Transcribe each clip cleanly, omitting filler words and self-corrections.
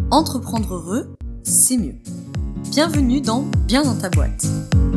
Entreprendre heureux, c'est mieux. Bienvenue dans Bien dans ta boîte.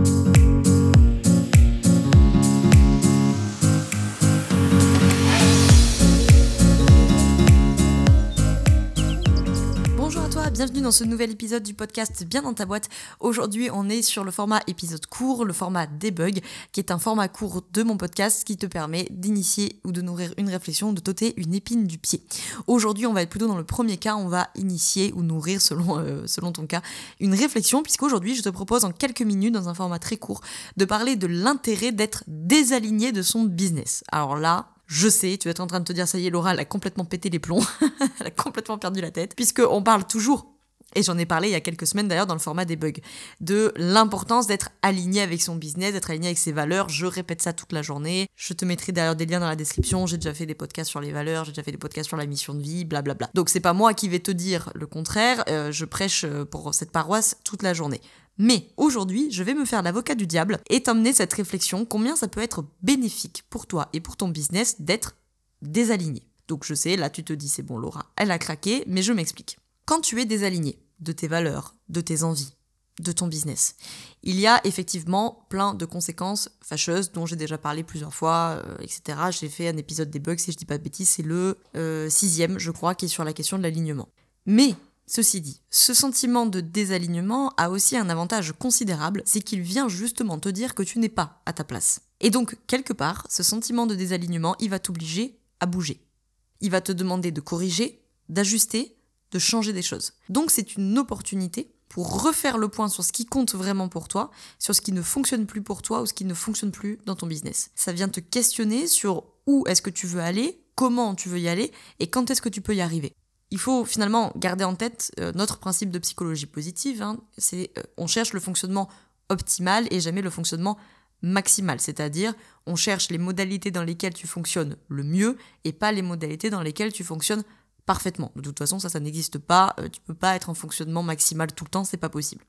Bonjour à toi, bienvenue dans ce nouvel épisode du podcast Bien dans ta boîte. Aujourd'hui, on est sur le format épisode court, le format debug, qui est un format court de mon podcast qui te permet d'initier ou de nourrir une réflexion, de t'ôter une épine du pied. Aujourd'hui, on va être plutôt dans le premier cas, on va initier ou nourrir, selon ton cas, une réflexion, puisqu'aujourd'hui, je te propose en quelques minutes, dans un format très court, de parler de l'intérêt d'être désaligné de son business. Alors là, je sais, tu vas être en train de te dire, ça y est, Laura, elle a complètement pété les plombs, elle a complètement perdu la tête, puisqu'on parle toujours, et j'en ai parlé il y a quelques semaines d'ailleurs dans le format des bugs, de l'importance d'être aligné avec son business, d'être aligné avec ses valeurs. Je répète ça toute la journée, je te mettrai d'ailleurs des liens dans la description, j'ai déjà fait des podcasts sur les valeurs, j'ai déjà fait des podcasts sur la mission de vie, blablabla. Donc c'est pas moi qui vais te dire le contraire, je prêche pour cette paroisse toute la journée. Mais aujourd'hui, je vais me faire l'avocat du diable et t'emmener cette réflexion, combien ça peut être bénéfique pour toi et pour ton business d'être désaligné. Donc je sais, là tu te dis c'est bon Laura, elle a craqué, mais je m'explique. Quand tu es désaligné de tes valeurs, de tes envies, de ton business, il y a effectivement plein de conséquences fâcheuses dont j'ai déjà parlé plusieurs fois, etc. J'ai fait un épisode des bugs, si je dis pas de bêtises, c'est le 6e, je crois, qui est sur la question de l'alignement. Mais ceci dit, ce sentiment de désalignement a aussi un avantage considérable, c'est qu'il vient justement te dire que tu n'es pas à ta place. Et donc, quelque part, ce sentiment de désalignement, il va t'obliger à bouger. Il va te demander de corriger, d'ajuster, de changer des choses. Donc, c'est une opportunité pour refaire le point sur ce qui compte vraiment pour toi, sur ce qui ne fonctionne plus pour toi ou ce qui ne fonctionne plus dans ton business. Ça vient te questionner sur où est-ce que tu veux aller, comment tu veux y aller et quand est-ce que tu peux y arriver. Il faut finalement garder en tête notre principe de psychologie positive, c'est on cherche le fonctionnement optimal et jamais le fonctionnement maximal, c'est-à-dire on cherche les modalités dans lesquelles tu fonctionnes le mieux et pas les modalités dans lesquelles tu fonctionnes parfaitement. De toute façon, ça n'existe pas, tu peux pas être en fonctionnement maximal tout le temps, c'est pas possible.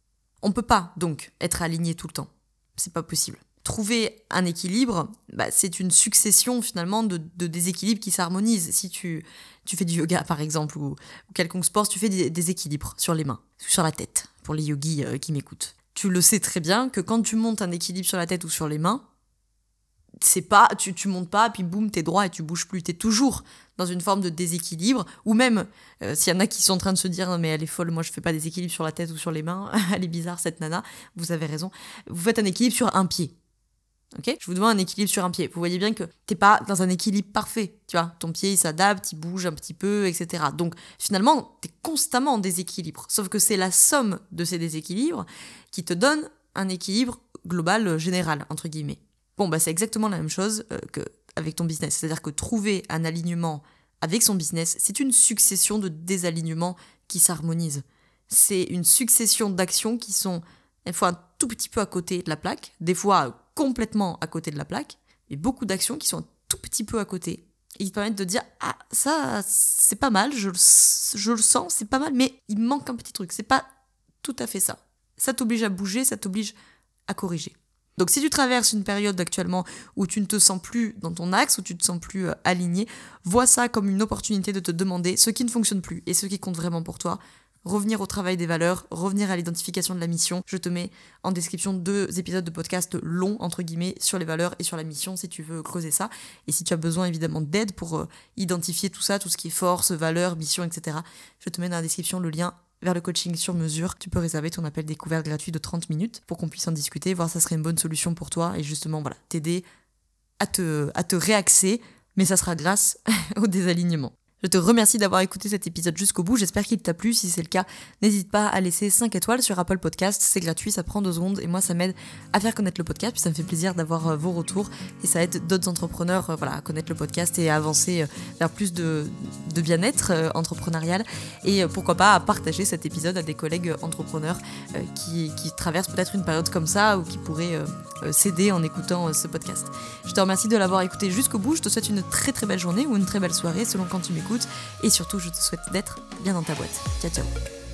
On peut pas donc être aligné tout le temps, c'est pas possible. Trouver un équilibre, c'est une succession finalement de déséquilibres qui s'harmonisent. Si tu fais du yoga par exemple ou quelconque sport, tu fais des équilibres sur les mains, sur la tête, pour les yogis qui m'écoutent. Tu le sais très bien que quand tu montes un équilibre sur la tête ou sur les mains, c'est pas, tu montes pas, puis boum, t'es droit et tu bouges plus. T'es toujours dans une forme de déséquilibre, ou même, s'il y en a qui sont en train de se dire « mais elle est folle, moi je fais pas des équilibres sur la tête ou sur les mains, elle est bizarre cette nana », vous avez raison. Vous faites un équilibre sur un pied. Ok, je vous demande un équilibre sur un pied. Vous voyez bien que t'es pas dans un équilibre parfait, tu vois. Ton pied, il s'adapte, il bouge un petit peu, etc. Donc, finalement, t'es constamment en déséquilibre. Sauf que c'est la somme de ces déséquilibres qui te donne un équilibre global, général, entre guillemets. Bon, c'est exactement la même chose qu'avec ton business. C'est-à-dire que trouver un alignement avec son business, c'est une succession de désalignements qui s'harmonisent. C'est une succession d'actions qui sont, des fois, un tout petit peu à côté de la plaque, des fois complètement à côté de la plaque, et beaucoup d'actions qui sont un tout petit peu à côté. Et ils te permettent de dire « Ah, ça, c'est pas mal, je le sens, c'est pas mal, mais il manque un petit truc, c'est pas tout à fait ça. » Ça t'oblige à bouger, ça t'oblige à corriger. Donc si tu traverses une période actuellement où tu ne te sens plus dans ton axe, où tu ne te sens plus aligné, vois ça comme une opportunité de te demander ce qui ne fonctionne plus et ce qui compte vraiment pour toi. Revenir au travail des valeurs, revenir à l'identification de la mission. Je te mets en description 2 épisodes de podcast longs, entre guillemets, sur les valeurs et sur la mission, si tu veux creuser ça. Et si tu as besoin, évidemment, d'aide pour identifier tout ça, tout ce qui est force, valeurs, mission, etc., je te mets dans la description le lien vers le coaching sur mesure. Tu peux réserver ton appel découverte gratuit de 30 minutes pour qu'on puisse en discuter, voir si ça serait une bonne solution pour toi et justement, t'aider à te réaxer, mais ça sera grâce au désalignement. Je te remercie d'avoir écouté cet épisode jusqu'au bout, j'espère qu'il t'a plu. Si c'est le cas, n'hésite pas à laisser 5 étoiles sur Apple Podcast, c'est gratuit, ça prend 2 secondes et moi ça m'aide à faire connaître le podcast, puis ça me fait plaisir d'avoir vos retours et ça aide d'autres entrepreneurs à connaître le podcast et à avancer vers plus de bien-être entrepreneurial et pourquoi pas à partager cet épisode à des collègues entrepreneurs qui traversent peut-être une période comme ça ou qui pourraient s'aider en écoutant ce podcast. Je te remercie de l'avoir écouté jusqu'au bout, je te souhaite une très très belle journée ou une très belle soirée selon quand tu m'écoutes et surtout je te souhaite d'être bien dans ta boîte. Ciao ciao.